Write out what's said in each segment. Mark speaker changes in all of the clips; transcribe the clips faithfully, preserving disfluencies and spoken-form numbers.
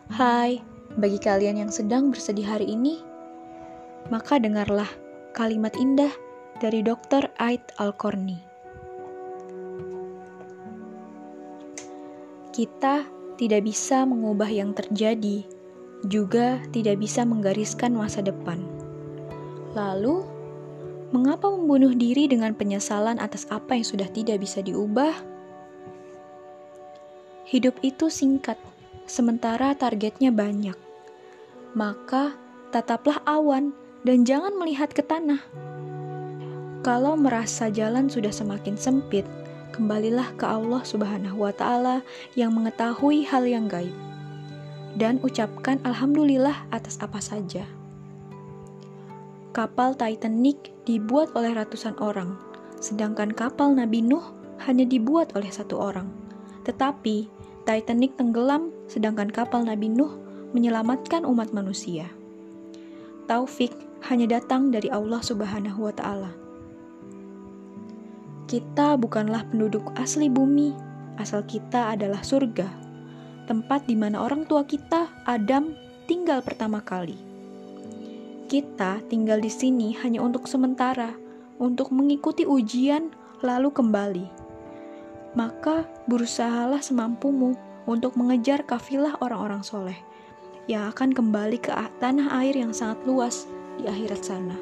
Speaker 1: Hai, bagi kalian yang sedang bersedih hari ini, maka dengarlah kalimat indah dari dokter Aid Al-Qarni. Kita tidak bisa mengubah yang terjadi, juga tidak bisa menggariskan masa depan. Lalu, mengapa membunuh diri dengan penyesalan atas apa yang sudah tidak bisa diubah? Hidup itu singkat, sementara targetnya banyak. Maka, tataplah awan dan jangan melihat ke tanah. Kalau merasa jalan sudah semakin sempit, kembalilah ke Allah Subhanahu wa Ta'ala yang mengetahui hal yang gaib. Dan ucapkan alhamdulillah atas apa saja. Kapal Titanic dibuat oleh ratusan orang, sedangkan kapal Nabi Nuh hanya dibuat oleh satu orang. Tetapi Titanic tenggelam, sedangkan kapal Nabi Nuh menyelamatkan umat manusia. Taufik hanya datang dari Allah Subhanahu wa Ta'ala. Kita bukanlah penduduk asli bumi, asal kita adalah surga, tempat di mana orang tua kita, Adam, tinggal pertama kali. Kita tinggal di sini hanya untuk sementara, untuk mengikuti ujian lalu kembali. Maka berusahalah semampumu untuk mengejar kafilah orang-orang soleh yang akan kembali ke tanah air yang sangat luas di akhirat sana.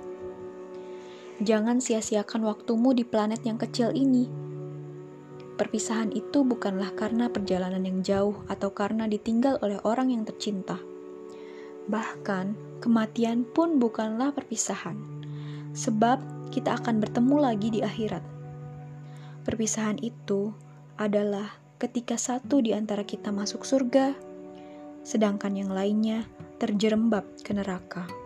Speaker 1: Jangan sia-siakan waktumu di planet yang kecil ini. Perpisahan itu bukanlah karena perjalanan yang jauh atau karena ditinggal oleh orang yang tercinta. Bahkan, kematian pun bukanlah perpisahan, sebab kita akan bertemu lagi di akhirat. Perpisahan itu adalah ketika satu di antara kita masuk surga, sedangkan yang lainnya terjerembab ke neraka.